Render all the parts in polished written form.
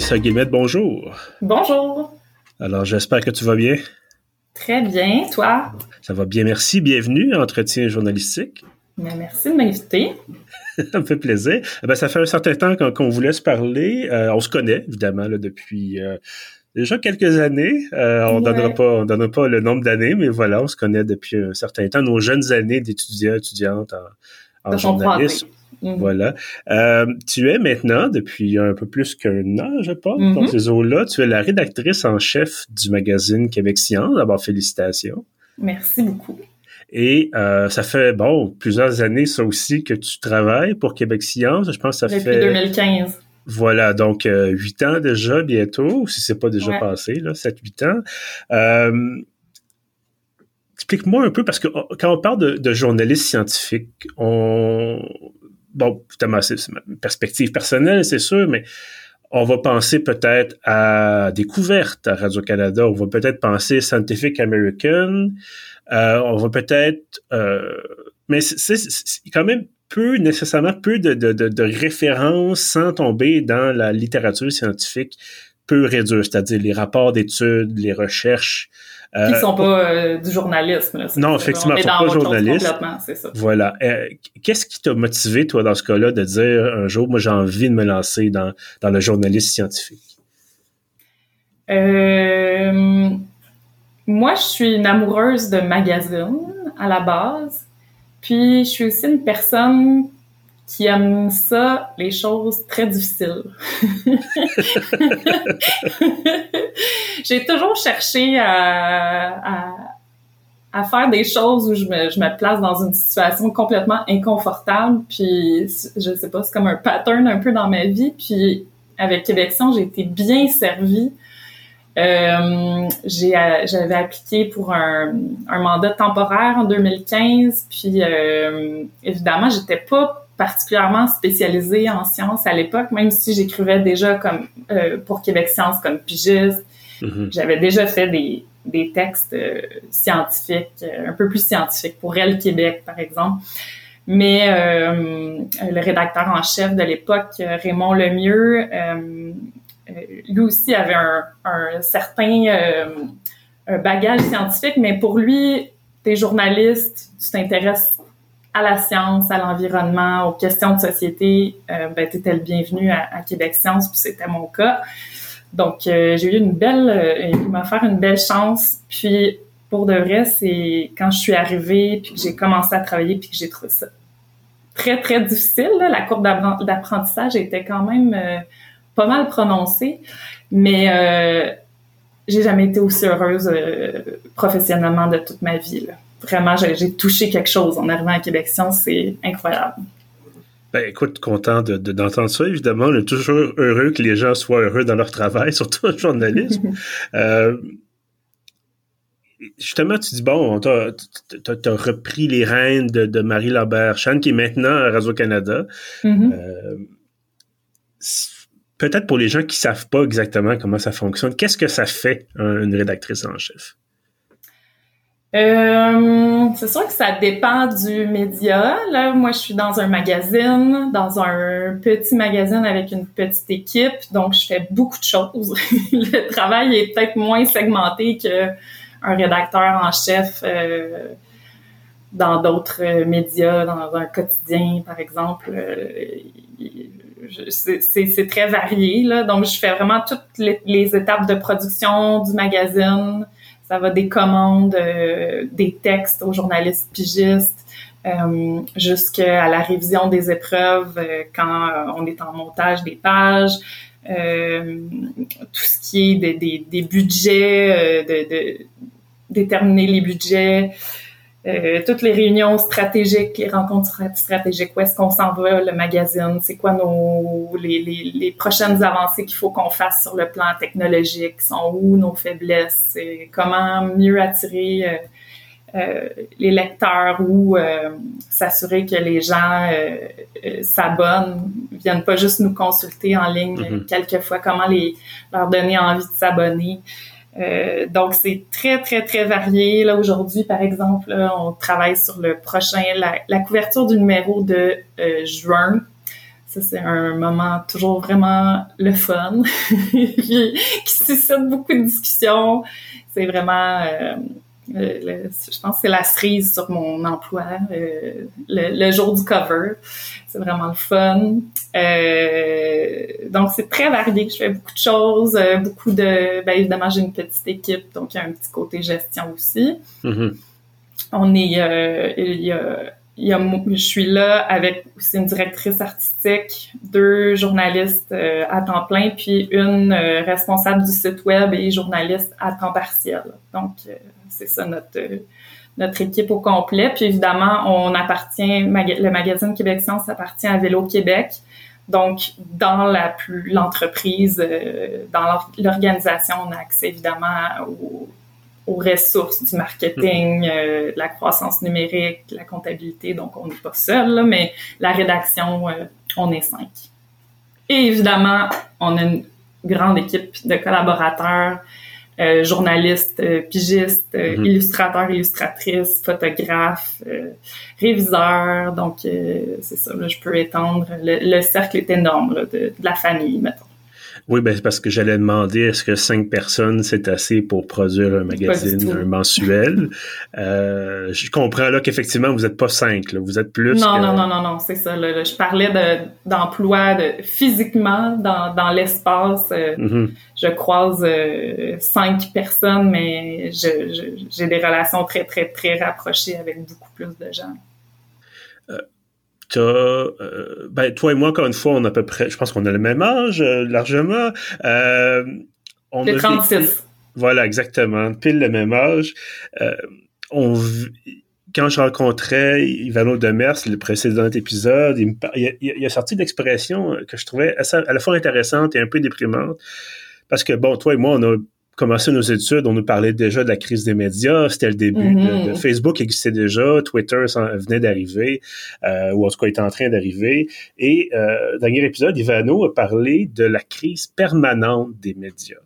Vanessa Guillemette, bonjour. Bonjour. Alors, j'espère que tu vas bien. Très bien, toi? Ça va bien, merci. Bienvenue à Entretien journalistique. Mais merci de m'inviter. Ça me fait plaisir. Ça fait un certain temps qu'on voulait se parler. On se connaît, évidemment, là, depuis déjà quelques années. On donnera pas le nombre d'années, mais voilà, on se connaît depuis un certain temps. Nos jeunes années étudiantes en journalisme. Voilà. Tu es maintenant, depuis un peu plus qu'un an, je pense, dans ces eaux-là, tu es la rédactrice en chef du magazine Québec Science. D'abord, félicitations. Merci beaucoup. Et ça fait, plusieurs années, ça aussi, que tu travailles pour Québec Science. Je pense que ça depuis fait... 2015. Voilà, donc 8 ans déjà, bientôt, si c'est pas déjà passé, là, 7-8 ans. Explique-moi un peu, parce que quand on parle de journaliste scientifique, évidemment, c'est ma perspective personnelle, c'est sûr, mais on va penser peut-être à Découverte à Radio-Canada, on va peut-être penser Scientific American, on va peut-être... mais c'est quand même nécessairement peu de références sans tomber dans la littérature scientifique pure et dure, c'est-à-dire les rapports d'études, les recherches. Qui ne sont pas du journalisme. Là, non, effectivement, ils ne sont pas journalistes. Complètement, c'est ça. Voilà. Qu'est-ce qui t'a motivé, toi, dans ce cas-là, de dire un jour, moi, j'ai envie de me lancer dans le journalisme scientifique? Moi, je suis une amoureuse de magazines à la base. Puis, je suis aussi une personne qui aime ça, les choses très difficiles. J'ai toujours cherché à faire des choses où je me place dans une situation complètement inconfortable. Puis, je sais pas, c'est comme un pattern un peu dans ma vie. Puis, avec Québec Science, j'ai été bien servie. J'avais appliqué pour un mandat temporaire en 2015. Puis, évidemment, j'étais pas particulièrement spécialisée en sciences à l'époque, même si j'écrivais déjà comme pour Québec Science comme pigiste. J'avais déjà fait des textes scientifiques, un peu plus scientifiques, pour Elle Québec, par exemple. Mais le rédacteur en chef de l'époque, Raymond Lemieux, lui aussi avait un certain bagage scientifique, mais pour lui, t'es journaliste, tu t'intéresses à la science, à l'environnement, aux questions de société, t'étais le bienvenu à Québec Science, puis c'était mon cas. Donc, j'ai eu il m'a offert une belle chance. Puis, pour de vrai, c'est quand je suis arrivée, puis que j'ai commencé à travailler, puis que j'ai trouvé ça très, très difficile. Là. La courbe d'apprentissage était quand même pas mal prononcée. Mais j'ai jamais été aussi heureuse professionnellement de toute ma vie. Là. Vraiment, j'ai touché quelque chose en arrivant à Québec Science. C'est incroyable. Écoute, content d'entendre ça, évidemment. On est toujours heureux que les gens soient heureux dans leur travail, surtout le journalisme. Justement, tu dis, t'as repris les rênes de Marie Lambert-Chan, qui est maintenant à Radio-Canada. Peut-être pour les gens qui savent pas exactement comment ça fonctionne, qu'est-ce que ça fait, une rédactrice en chef? C'est sûr que ça dépend du média. Là, moi, je suis dans un magazine, dans un petit magazine avec une petite équipe, donc je fais beaucoup de choses. Le travail est peut-être moins segmenté qu'un rédacteur en chef dans d'autres médias, dans un quotidien, par exemple. C'est très varié, là. Donc, je fais vraiment toutes les étapes de production du magazine. Ça va des commandes, des textes aux journalistes pigistes, jusqu'à la révision des épreuves quand on est en montage des pages, tout ce qui est des budgets, de déterminer les budgets, toutes les réunions stratégiques, les rencontres stratégiques, où est-ce qu'on s'en va, le magazine, c'est quoi les prochaines avancées qu'il faut qu'on fasse sur le plan technologique, sont où nos faiblesses, comment mieux attirer les lecteurs ou s'assurer que les gens s'abonnent, viennent pas juste nous consulter en ligne quelquefois, comment leur donner envie de s'abonner. Donc, c'est très, très, très varié. Là, aujourd'hui, par exemple, là, on travaille sur le prochain, la couverture du numéro de juin. Ça, c'est un moment toujours vraiment le fun, qui suscite beaucoup de discussions. C'est vraiment, je pense que c'est la cerise sur mon emploi, le jour du cover. C'est vraiment le fun. Donc, c'est très varié. Je fais beaucoup de choses, évidemment, j'ai une petite équipe, donc il y a un petit côté gestion aussi. Mm-hmm. On est, je suis là avec aussi une directrice artistique, 2 journalistes à temps plein, puis une responsable du site web et journaliste à temps partiel. Donc, c'est ça notre équipe au complet. Puis évidemment, le magazine Québec Science appartient à Vélo Québec. Donc, dans l'entreprise, dans l'organisation, on a accès évidemment aux ressources du marketing, de la croissance numérique, de la comptabilité. Donc, on n'est pas seul, là, mais la rédaction, on est 5. Et évidemment, on a une grande équipe de collaborateurs, journalistes, pigistes, illustrateurs, illustratrices, photographes, réviseurs. Donc, c'est ça, là, je peux étendre. Le cercle est énorme là, de la famille, mettons. Oui, ben c'est parce que j'allais demander, est-ce que 5 personnes, c'est assez pour produire un magazine, un mensuel? Je comprends là qu'effectivement, vous n'êtes pas 5, là, vous êtes plus. Non, c'est ça. Là, je parlais d'emploi physiquement dans l'espace. Je croise 5 personnes, mais j'ai des relations très, très, très rapprochées avec beaucoup plus de gens. Toi et moi, encore une fois, on a à peu près, je pense qu'on a le même âge, largement. On a 36. Voilà, exactement. Pile le même âge. Quand je rencontrais Ivano Demers, le précédent épisode, il a sorti l'expression que je trouvais à la fois intéressante et un peu déprimante. Parce que, bon, toi et moi, on a commencé nos études, on nous parlait déjà de la crise des médias, c'était le début de Facebook existait déjà, Twitter venait d'arriver, ou en tout cas était en train d'arriver, et dernier épisode, Ivano a parlé de la crise permanente des médias.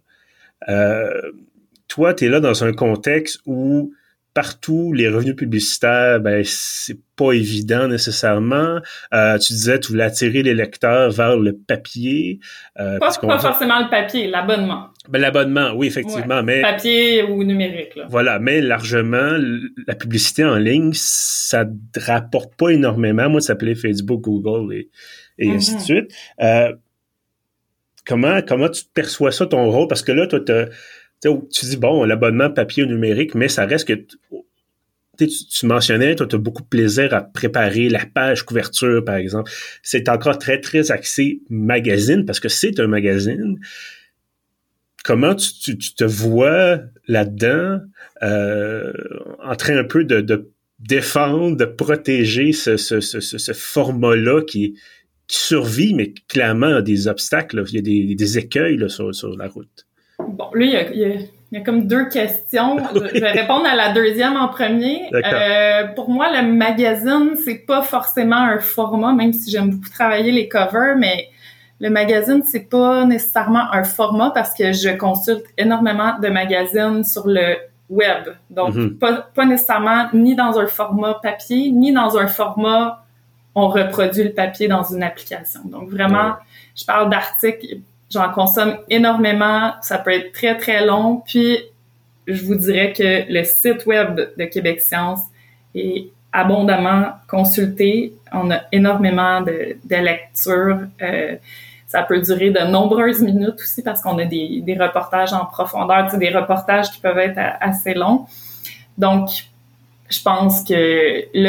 Toi, tu es là dans un contexte où partout, les revenus publicitaires, c'est pas évident nécessairement. Tu disais, tu voulais attirer les lecteurs vers le papier. Pas forcément le papier, l'abonnement. L'abonnement, oui, effectivement. Ouais, mais papier ou numérique, là. Voilà, mais largement, la publicité en ligne, ça ne rapporte pas énormément. Moi, ça s'appelait Facebook, Google et ainsi de suite. Comment tu perçois ça, ton rôle? Parce que là, toi, tu dis, bon, l'abonnement papier ou numérique, mais ça reste que tu mentionnais, toi, tu as beaucoup de plaisir à préparer la page couverture, par exemple. C'est encore très, très axé magazine, parce que c'est un magazine. Comment tu te vois là-dedans, en train un peu de défendre, de protéger ce format-là qui survit, mais clairement a des obstacles, là. Il y a des écueils là, sur la route. Bon, lui, il y a comme 2 questions. Oui. Je vais répondre à la deuxième en premier. Pour moi, le magazine, c'est pas forcément un format, même si j'aime beaucoup travailler les covers, mais le magazine, c'est pas nécessairement un format parce que je consulte énormément de magazines sur le web. Donc, pas nécessairement ni dans un format papier, ni dans un format on reproduit le papier dans une application. Donc, vraiment, je parle d'articles. J'en consomme énormément. Ça peut être très, très long. Puis, je vous dirais que le site web de Québec Science est abondamment consulté. On a énormément de lectures. Ça peut durer de nombreuses minutes aussi parce qu'on a des reportages en profondeur, des reportages qui peuvent être assez longs. Donc, je pense que le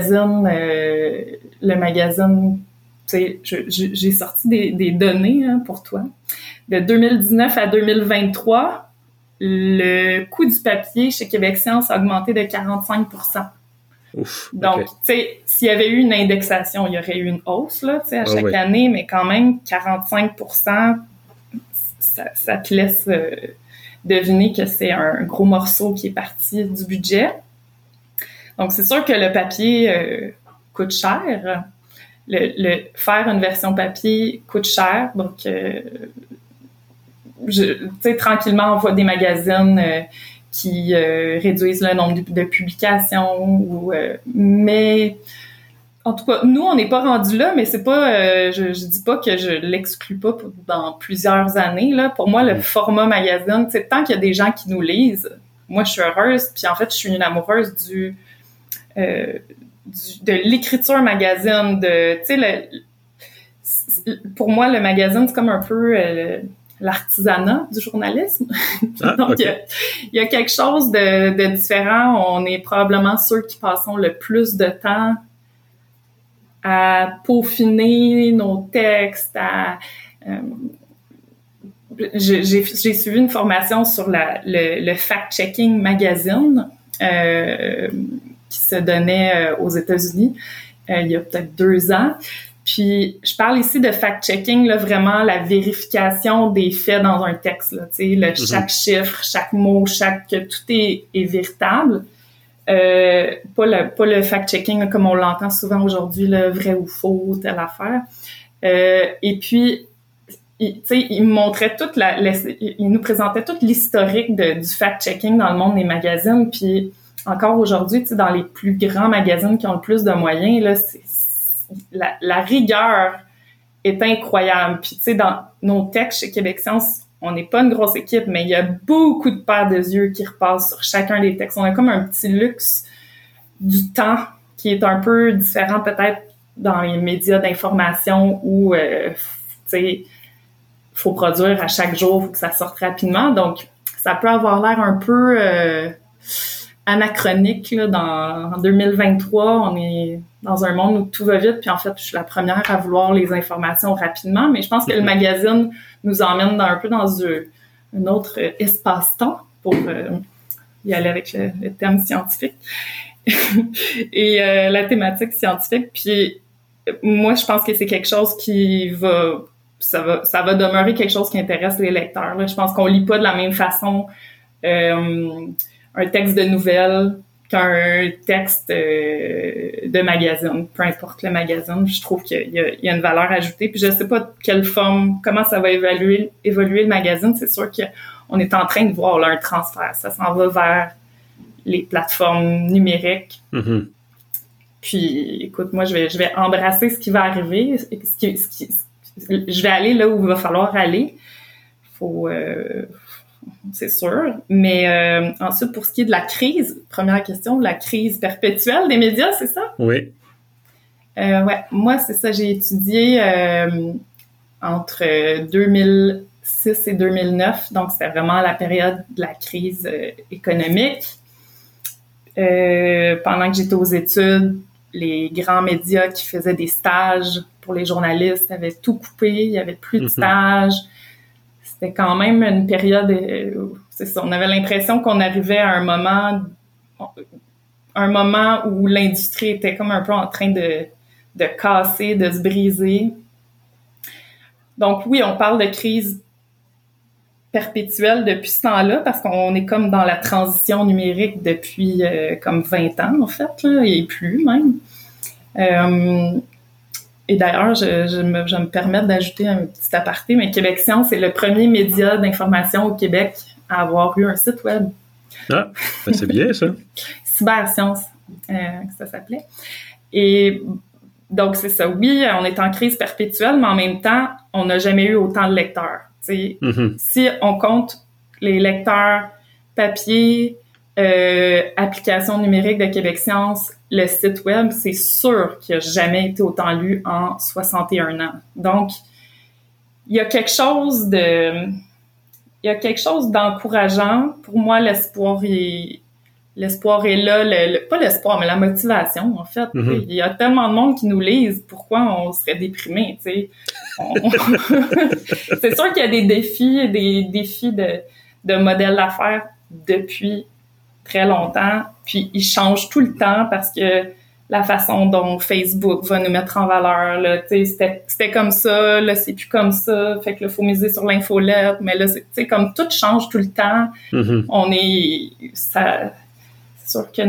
magazine, tu sais, j'ai sorti des données pour toi. De 2019 à 2023, le coût du papier chez Québec Science a augmenté de 45%. Ouf, donc, tu sais, s'il y avait eu une indexation, il y aurait eu une hausse là, tu sais, à chaque année, mais quand même 45%, ça te laisse deviner que c'est un gros morceau qui est parti du budget. Donc, c'est sûr que le papier coûte cher. Faire une version papier coûte cher. Donc, tu sais, tranquillement, on voit des magazines qui réduisent le nombre de publications. Mais En tout cas, nous, on n'est pas rendu là, mais c'est pas, je dis pas que je l'exclus pas dans plusieurs années, là. Pour moi, le format magazine, tu sais, tant qu'il y a des gens qui nous lisent, moi, je suis heureuse. Puis en fait, je suis une amoureuse de l'écriture magazine, tu sais, pour moi, le magazine, c'est comme un peu l'artisanat du journalisme. Donc, okay. il y a quelque chose de différent. On est probablement ceux qui passons le plus de temps à peaufiner nos textes, j'ai suivi une formation sur le fact-checking magazine qui se donnait aux États-Unis il y a peut-être 2 ans. Puis, je parle ici de fact-checking, là, vraiment la vérification des faits dans un texte, là, tu sais, chaque chiffre, chaque mot, que tout est véritable. Pas le fact-checking là, comme on l'entend souvent aujourd'hui, le vrai ou faux, telle affaire. Et puis, il me montrait il nous présentait tout l'historique du fact-checking dans le monde des magazines. Puis, encore aujourd'hui, tu sais, dans les plus grands magazines qui ont le plus de moyens, là, la rigueur est incroyable. Puis, tu sais, dans nos textes chez Québec Science, on n'est pas une grosse équipe, mais il y a beaucoup de paires de yeux qui repassent sur chacun des textes. On a comme un petit luxe du temps qui est un peu différent peut-être dans les médias d'information où, tu sais, faut produire à chaque jour, faut que ça sorte rapidement. Donc, ça peut avoir l'air un peu anachronique. Là, en 2023, on est dans un monde où tout va vite. Puis en fait, je suis la première à vouloir les informations rapidement. Mais je pense que le magazine nous emmène un peu dans un autre espace-temps pour y aller avec le thème scientifique et la thématique scientifique. Puis moi, je pense que c'est quelque chose qui ça va demeurer quelque chose qui intéresse les lecteurs. Là. Je pense qu'on lit pas de la même façon un texte de nouvelle qu'un texte de magazine, peu importe le magazine. Je trouve qu'il y a une valeur ajoutée. Puis je sais pas de quelle forme, comment ça va évoluer le magazine. C'est sûr qu'on est en train de voir là, un transfert. Ça s'en va vers les plateformes numériques. Mm-hmm. Puis, écoute, moi, je vais embrasser ce qui va arriver. Je vais aller là où il va falloir aller. C'est sûr. Mais ensuite, pour ce qui est de la crise, première question, la crise perpétuelle des médias, c'est ça? Oui. Ouais, moi, c'est ça. J'ai étudié entre 2006 et 2009. Donc, c'était vraiment la période de la crise économique. Pendant que j'étais aux études, les grands médias qui faisaient des stages pour les journalistes avaient tout coupé. Il n'y avait plus de stages. C'était quand même une période, c'est ça, on avait l'impression qu'on arrivait à un moment où l'industrie était comme un peu en train de casser, de se briser. Donc oui, on parle de crise perpétuelle depuis ce temps-là parce qu'on est comme dans la transition numérique depuis comme 20 ans en fait, là, et plus même. Et d'ailleurs, je me permets d'ajouter un petit aparté, mais Québec Science est le premier média d'information au Québec à avoir eu un site web. Ah, ben c'est bien ça. Cyberscience, ça s'appelait. Et donc, c'est ça. Oui, on est en crise perpétuelle, mais en même temps, on n'a jamais eu autant de lecteurs. Mm-hmm. Si on compte les lecteurs papier, application numérique de Québec Science, le site web, c'est sûr qu'il n'a jamais été autant lu en 61 ans. Donc, il y a quelque chose d'encourageant. Pour moi, l'espoir est là. Pas l'espoir, mais la motivation, en fait. Mm-hmm. Il y a tellement de monde qui nous lisent. Pourquoi on serait déprimé, tu sais? C'est sûr qu'il y a des défis de modèle d'affaires depuis très longtemps, puis ils changent tout le temps parce que la façon dont Facebook va nous mettre en valeur, là, tu sais, c'était comme ça, là, c'est plus comme ça, fait que là, faut miser sur l'infolette, mais là, tu sais, comme tout change tout le temps, mm-hmm. C'est sûr que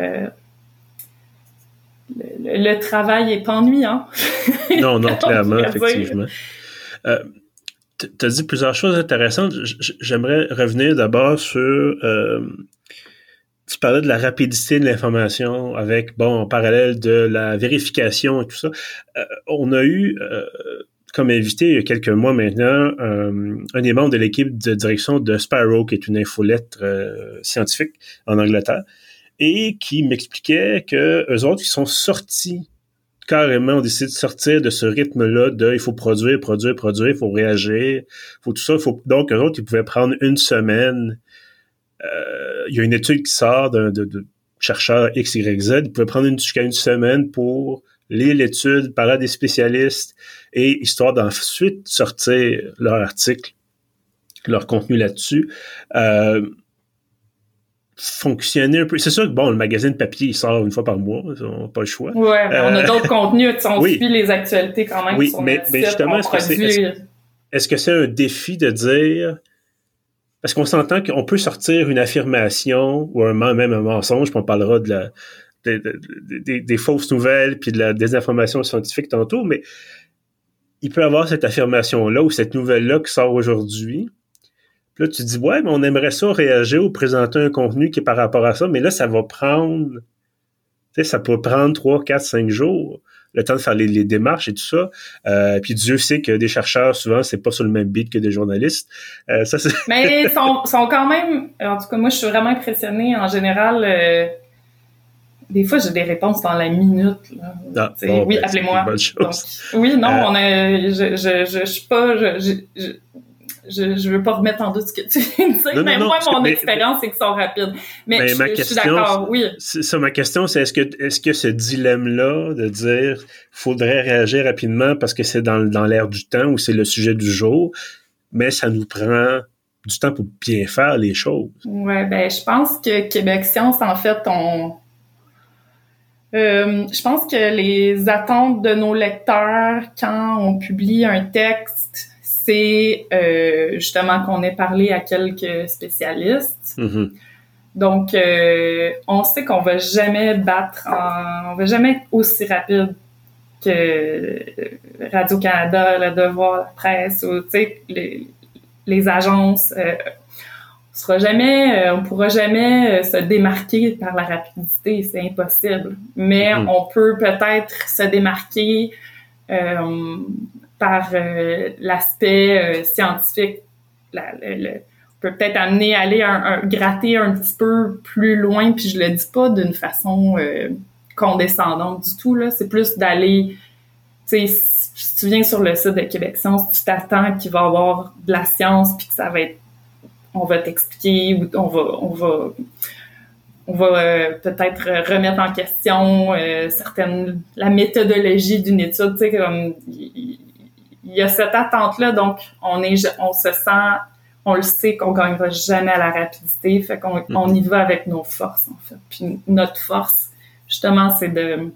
le travail est pas ennuyant. Non, clairement, effectivement. Tu as dit plusieurs choses intéressantes. J'aimerais revenir d'abord sur tu parlais de la rapidité de l'information avec, bon, en parallèle de la vérification et tout ça. On a eu comme invité il y a quelques mois maintenant un des membres de l'équipe de direction de Sparrow, qui est une infolettre scientifique en Angleterre, et qui m'expliquait que eux autres, ils sont sortis carrément, ont décidé de sortir de ce rythme-là de il faut produire, il faut réagir, il faut tout ça. Donc, eux autres, ils pouvaient prendre une semaine. Il y a une étude qui sort de chercheurs X, Y, Z. Ils pouvaient prendre jusqu'à une semaine pour lire l'étude, parler à des spécialistes et histoire d'ensuite sortir leur article, leur contenu là-dessus. Fonctionner un peu. C'est sûr que, bon, le magazine papier, il sort une fois par mois. On n'a pas le choix. Ouais, on a d'autres contenus. On oui. suit les actualités quand même. Oui, mais justement, est-ce que c'est un défi de dire... Parce qu'on s'entend qu'on peut sortir une affirmation ou même un mensonge, puis on parlera des fausses nouvelles puis de la désinformation scientifique tantôt, mais il peut y avoir cette affirmation-là ou cette nouvelle-là qui sort aujourd'hui. Puis là, tu dis, ouais, mais on aimerait ça réagir ou présenter un contenu qui est par rapport à ça, mais là, ça va prendre... Tu sais, ça peut prendre 3, 4, 5 jours, le temps de faire les démarches et tout ça. Puis Dieu sait que des chercheurs, souvent, c'est pas sur le même beat que des journalistes. Ça, c'est... Mais ils sont quand même... En tout cas, moi, je suis vraiment impressionnée. En général, des fois, j'ai des réponses dans la minute. Là. Bon, oui, appelez-moi. Donc, oui, non, je suis pas... Je veux pas remettre en doute ce que tu viens de dire, mais moi, mon expérience, c'est qu'ils sont rapides. Mais je suis d'accord, oui. Ça, ma question, c'est est-ce que ce dilemme-là de dire faudrait réagir rapidement parce que c'est dans l'air du temps ou c'est le sujet du jour, mais ça nous prend du temps pour bien faire les choses? Ouais, je pense que Québec Science, en fait, je pense que les attentes de nos lecteurs quand on publie un texte, c'est justement qu'on ait parlé à quelques spécialistes. Mm-hmm. Donc, on sait qu'on va jamais on va jamais être aussi rapide que Radio-Canada, Le Devoir, la presse, ou tu sais, les agences. On pourra jamais se démarquer par la rapidité, c'est impossible. Mais on peut peut-être se démarquer par l'aspect scientifique. On peut peut-être aller gratter un petit peu plus loin, puis je le dis pas d'une façon condescendante du tout, là. C'est plus d'aller, tu sais, si tu viens sur le site de Québec Science, tu t'attends qu'il va y avoir de la science, puis que ça va être, on va t'expliquer, ou on va peut-être remettre en question la méthodologie d'une étude, tu sais, comme il y a cette attente-là, donc on se sent, on le sait qu'on gagnera jamais à la rapidité, fait qu'on on y va avec nos forces, en fait. Puis notre force, justement, c'est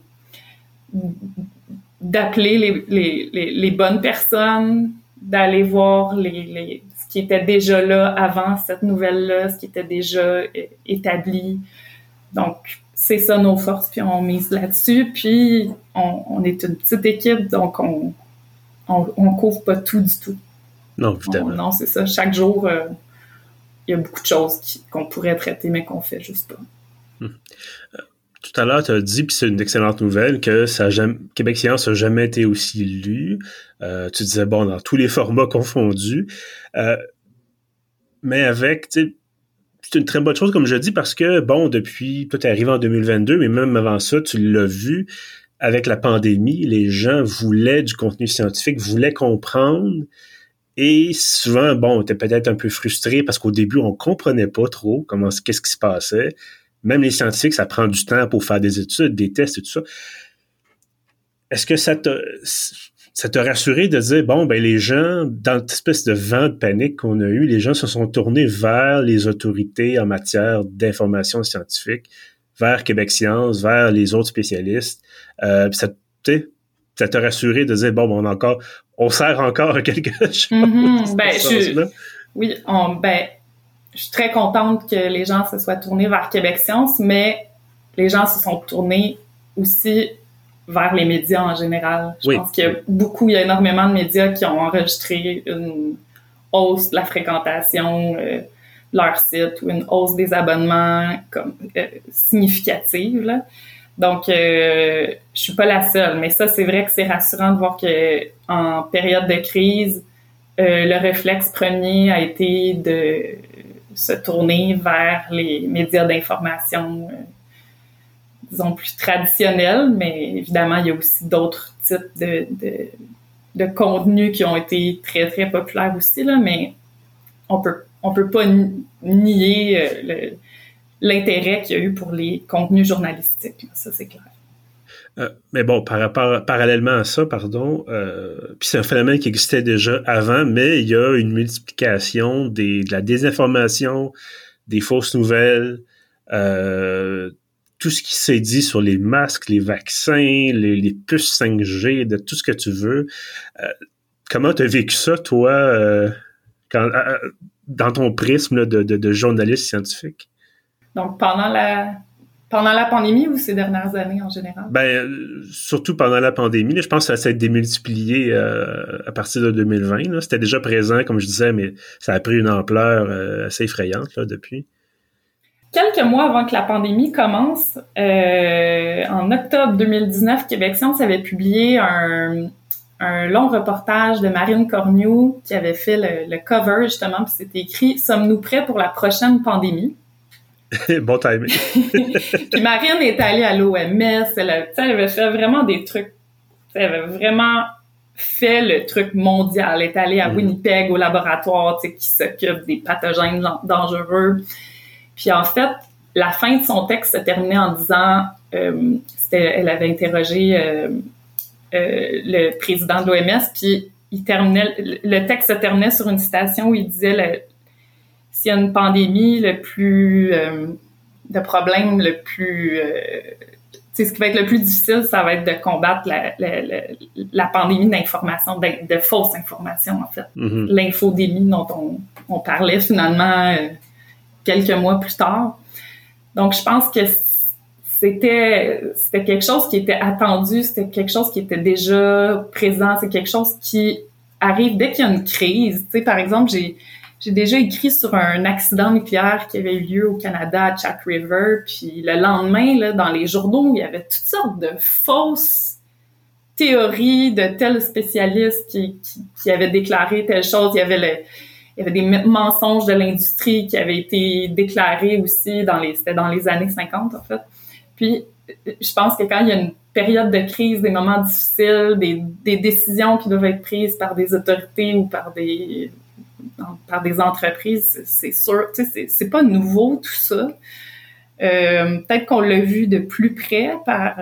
d'appeler les bonnes personnes, d'aller voir ce qui était déjà là avant cette nouvelle-là, ce qui était déjà établi. Donc, c'est ça nos forces, puis on mise là-dessus. Puis, on est une petite équipe, donc on couvre pas tout du tout. Non, évidemment. Non, c'est ça. Chaque jour, il y a beaucoup de choses qu'on pourrait traiter, mais qu'on fait juste pas. Tout à l'heure, tu as dit, puis c'est une excellente nouvelle, que Québec Science n'a jamais été aussi lu. Tu disais, bon, dans tous les formats confondus. Mais avec, tu sais, c'est une très bonne chose, comme je dis, parce que, bon, depuis, toi, t'es arrivé en 2022, mais même avant ça, tu l'as vu, avec la pandémie, les gens voulaient du contenu scientifique, voulaient comprendre, et souvent, bon, t'es peut-être un peu frustré parce qu'au début, on comprenait pas trop qu'est-ce qui se passait. Même les scientifiques, ça prend du temps pour faire des études, des tests et tout ça. Est-ce que ça t'a rassuré de dire, bon, ben les gens, dans cette espèce de vent de panique qu'on a eu, les gens se sont tournés vers les autorités en matière d'information scientifique, vers Québec Science, vers les autres spécialistes. Ça t'a rassuré de dire, bon, on sert encore à quelque chose. Oui, je suis très contente que les gens se soient tournés vers Québec Science, mais les gens se sont tournés aussi vers les médias en général. Je pense qu'il y a énormément de médias qui ont enregistré une hausse de la fréquentation. leur site ou une hausse des abonnements comme significative, là. Donc, je suis pas la seule, mais ça, c'est vrai que c'est rassurant de voir que en période de crise, le réflexe premier a été de se tourner vers les médias d'information, disons, plus traditionnels, mais évidemment, il y a aussi d'autres types de contenus qui ont été très, très populaires aussi, là, mais on peut pas nier l'intérêt qu'il y a eu pour les contenus journalistiques. Ça, c'est clair. Mais bon, parallèlement à ça, puis c'est un phénomène qui existait déjà avant, mais il y a une multiplication de la désinformation, des fausses nouvelles, tout ce qui s'est dit sur les masques, les vaccins, les puces 5G, de tout ce que tu veux. Comment tu as vécu ça, toi, dans ton prisme là, de journaliste scientifique? Donc, pendant la pandémie ou ces dernières années en général? Surtout pendant la pandémie. Là, je pense que ça s'est démultiplié à partir de 2020. Là. C'était déjà présent, comme je disais, mais ça a pris une ampleur assez effrayante là, depuis. Quelques mois avant que la pandémie commence, en octobre 2019, Québec Science avait publié un long reportage de Marine Cornoux qui avait fait le cover, justement, puis c'était écrit « Sommes-nous prêts pour la prochaine pandémie? » Bon timing. Puis Marine est allée à l'OMS, elle avait fait vraiment des trucs, elle avait vraiment fait le truc mondial, elle est allée à Winnipeg au laboratoire qui s'occupe des pathogènes dangereux. Puis en fait, la fin de son texte se terminait en disant, elle avait interrogé le président de l'OMS, puis le texte se terminait sur une citation où il disait s'il y a une pandémie, le problème le plus, ce qui va être le plus difficile, ça va être de combattre la pandémie d'information, de fausses informations, en fait. Mm-hmm. L'infodémie dont on parlait finalement quelques mois plus tard. Donc, je pense que c'était quelque chose qui était attendu, c'était quelque chose qui était déjà présent, c'est quelque chose qui arrive dès qu'il y a une crise. Tu sais, par exemple, j'ai déjà écrit sur un accident nucléaire qui avait eu lieu au Canada à Chat River, puis le lendemain, là, dans les journaux, il y avait toutes sortes de fausses théories de tels spécialistes qui avaient déclaré telle chose. Il y avait des mensonges de l'industrie qui avaient été déclarés aussi c'était dans les années 50, en fait. Puis, je pense que quand il y a une période de crise, des moments difficiles, des décisions qui doivent être prises par des autorités ou par des entreprises, c'est sûr, tu sais, c'est pas nouveau tout ça. Peut-être qu'on l'a vu de plus près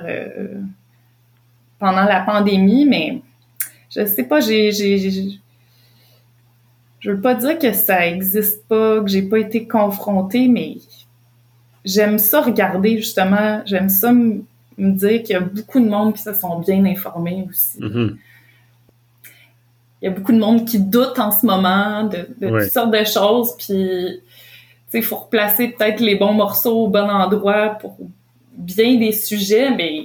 pendant la pandémie, mais je sais pas, je veux pas dire que ça existe pas, que j'ai pas été confrontée, mais j'aime ça regarder, justement, j'aime ça me dire qu'il y a beaucoup de monde qui se sont bien informés aussi. Mm-hmm. Il y a beaucoup de monde qui doute en ce moment de toutes sortes de choses, puis il faut replacer peut-être les bons morceaux au bon endroit pour bien des sujets, mais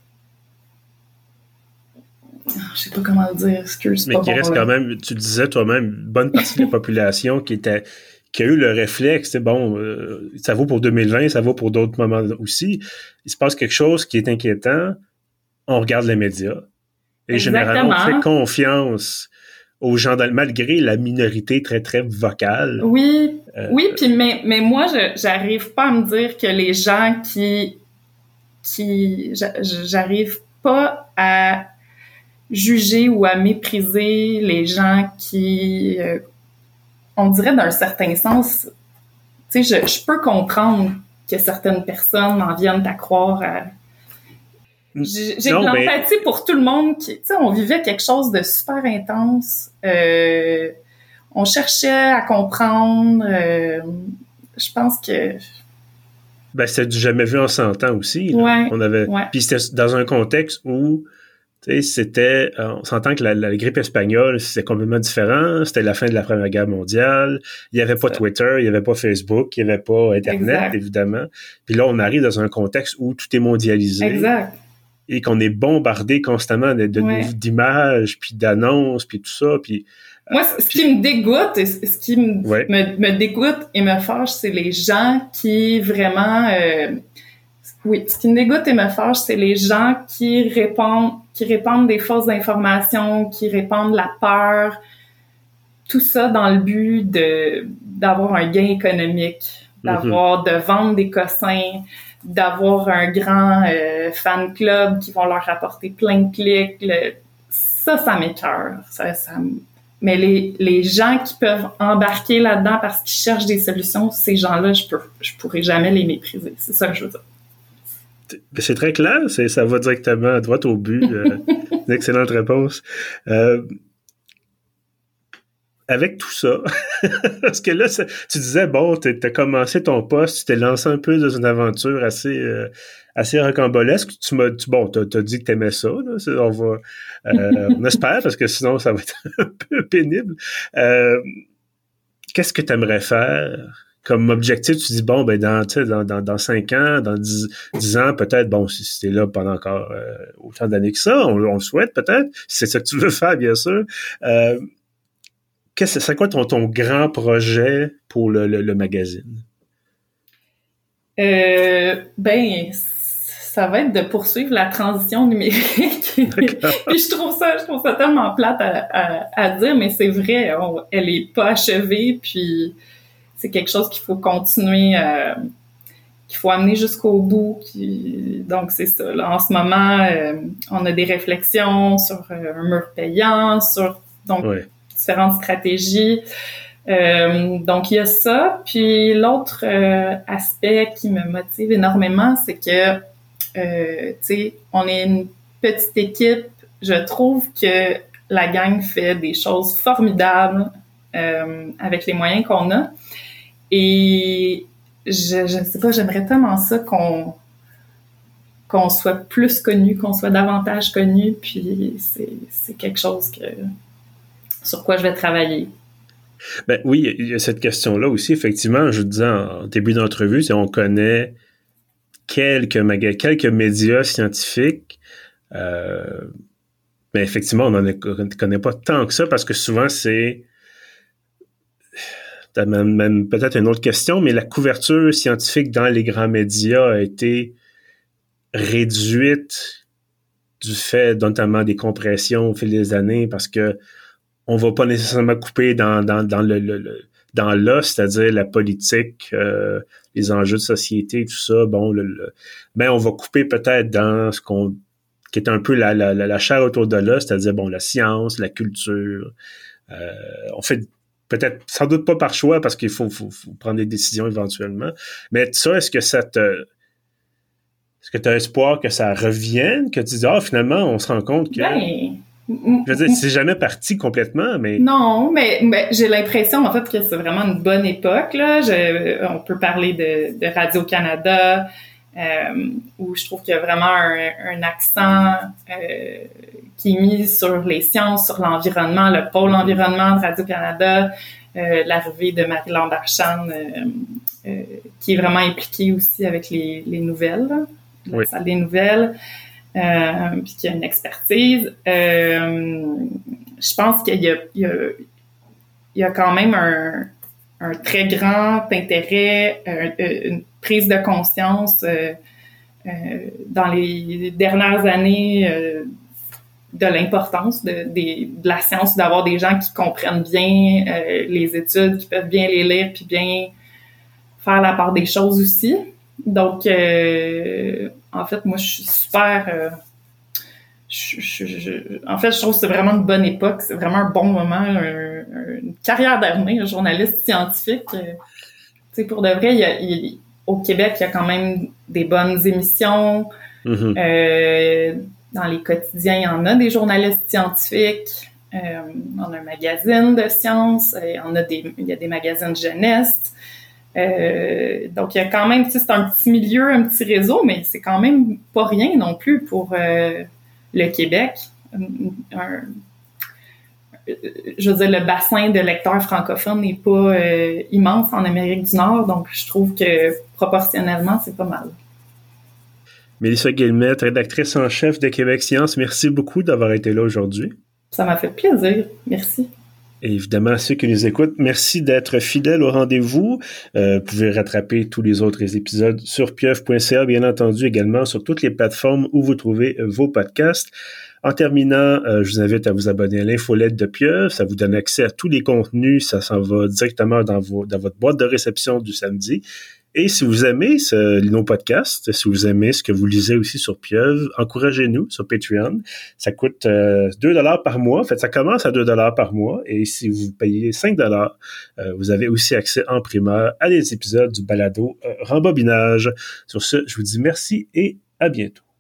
je sais pas comment le dire, excuse. Mais qui reste quand même, tu disais toi-même, une bonne partie de la population qui a eu le réflexe, c'est bon, ça vaut pour 2020, ça vaut pour d'autres moments aussi. Il se passe quelque chose qui est inquiétant, on regarde les médias. Et généralement, on fait confiance aux gens, malgré la minorité très, très vocale. Oui, puis mais moi, j'arrive pas à me dire que les gens j'arrive pas à juger ou à mépriser les gens qui, on dirait d'un certain sens, tu sais, je peux comprendre que certaines personnes en viennent à croire à... J'ai de l'empathie pour tout le monde qui, tu sais, on vivait quelque chose de super intense. On cherchait à comprendre. Je pense que... c'était du jamais vu en 100 ans aussi. Ouais, Puis c'était dans un contexte où, tu sais, on s'entend que la grippe espagnole, c'était complètement différent. C'était la fin de la Première Guerre mondiale. Il n'y avait pas Twitter, il n'y avait pas Facebook, il n'y avait pas Internet, évidemment. Puis là, on arrive dans un contexte où tout est mondialisé. Exact. Et qu'on est bombardé constamment d'images, puis d'annonces, puis tout ça. Puis Moi, ce qui me dégoûte, ce qui me dégoûte et me fâche, c'est les gens qui vraiment... ce qui me dégoûte et me fâche, c'est les gens qui répandent des fausses informations, qui répandent la peur, tout ça dans le but d'avoir un gain économique, de vendre des cossins, d'avoir un grand fan club qui vont leur rapporter plein de clics. Ça m'écoeure. Mais les gens qui peuvent embarquer là-dedans parce qu'ils cherchent des solutions, ces gens-là, je pourrais jamais les mépriser. C'est ça que je veux dire. C'est très clair, ça va directement droit au but. Une excellente réponse. Avec tout ça, parce que là, tu disais, bon, t'as commencé ton poste, tu t'es lancé un peu dans une aventure assez rocambolesque. T'as dit que t'aimais ça, là. On espère, parce que sinon, ça va être un peu pénible. Qu'est-ce que t'aimerais faire comme objectif? Tu dis, bon, ben, dans 5 ans, dans 10 ans, peut-être, bon, si t'es là pendant encore autant d'années que ça, on le souhaite peut-être, si c'est ça que tu veux faire, bien sûr. C'est quoi ton grand projet pour le magazine? Ça va être de poursuivre la transition numérique. Puis je trouve ça tellement plate à dire, mais c'est vrai, elle est pas achevée, puis c'est quelque chose qu'il faut continuer, qu'il faut amener jusqu'au bout. Donc c'est ça. Là, en ce moment, on a des réflexions sur un mur payant, différentes stratégies. Donc, il y a ça. Puis, l'autre aspect qui me motive énormément, c'est que, tu sais, on est une petite équipe. Je trouve que la gang fait des choses formidables avec les moyens qu'on a. Et je ne sais pas, j'aimerais tellement ça qu'on soit plus connu, qu'on soit davantage connu. Puis, c'est quelque chose sur quoi je vais travailler. Ben oui, il y a cette question-là aussi. Effectivement, je disais en début d'entrevue, on connaît quelques médias scientifiques, mais effectivement, on ne connaît pas tant que ça parce que souvent, t'as même peut-être une autre question, mais la couverture scientifique dans les grands médias a été réduite du fait notamment des compressions au fil des années parce que on va pas nécessairement couper dans l'os, c'est-à-dire la politique, les enjeux de société, tout ça. Bon, ben on va couper peut-être dans ce qui est un peu la chair autour de l'os, c'est-à-dire bon la science, la culture. On fait peut-être sans doute pas par choix parce qu'il faut prendre des décisions éventuellement. Mais ça, est-ce que tu as espoir que ça revienne, que tu dis finalement on se rend compte que je veux dire, c'est jamais parti complètement, mais... Non, mais j'ai l'impression, en fait, que c'est vraiment une bonne époque, là. On peut parler de Radio-Canada, où je trouve qu'il y a vraiment un accent qui est mis sur les sciences, sur l'environnement, le pôle environnement de Radio-Canada, l'arrivée de Marie-Laure Marchand, qui est vraiment impliquée aussi avec les nouvelles, là, la salle des nouvelles. Puis qu'il y a une expertise. Je pense qu'il y a quand même un très grand intérêt, une prise de conscience dans les dernières années de l'importance de la science, d'avoir des gens qui comprennent bien les études, qui peuvent bien les lire puis bien faire la part des choses aussi. Donc, en fait, moi, je suis super... en fait, je trouve que c'est vraiment une bonne époque. C'est vraiment un bon moment, une carrière d'avenir, journaliste scientifique. Tu sais, pour de vrai, au Québec, il y a quand même des bonnes émissions. Mm-hmm. Dans les quotidiens, il y en a des journalistes scientifiques. On a un magazine de sciences. Il y a des magazines de jeunesse. Donc, il y a quand même, tu sais, c'est un petit milieu, un petit réseau, mais c'est quand même pas rien non plus pour le Québec. Je veux dire, le bassin de lecteurs francophones n'est pas immense en Amérique du Nord, donc je trouve que proportionnellement, c'est pas mal. Mélissa Guillemette, rédactrice en chef de Québec Science, merci beaucoup d'avoir été là aujourd'hui. Ça m'a fait plaisir. Merci. Et évidemment, ceux qui nous écoutent, merci d'être fidèles au rendez-vous. Vous pouvez rattraper tous les autres épisodes sur pieuvre.ca, bien entendu, également sur toutes les plateformes où vous trouvez vos podcasts. En terminant, je vous invite à vous abonner à l'infolette de Pieuvre. Ça vous donne accès à tous les contenus. Ça s'en va directement dans votre boîte de réception du samedi. Et si vous aimez nos podcasts, si vous aimez ce que vous lisez aussi sur Pieuvre, encouragez-nous sur Patreon. Ça coûte 2$ par mois. En fait, ça commence à 2$ par mois. Et si vous payez 5$, vous avez aussi accès en primeur à des épisodes du balado Rembobinage. Sur ce, je vous dis merci et à bientôt.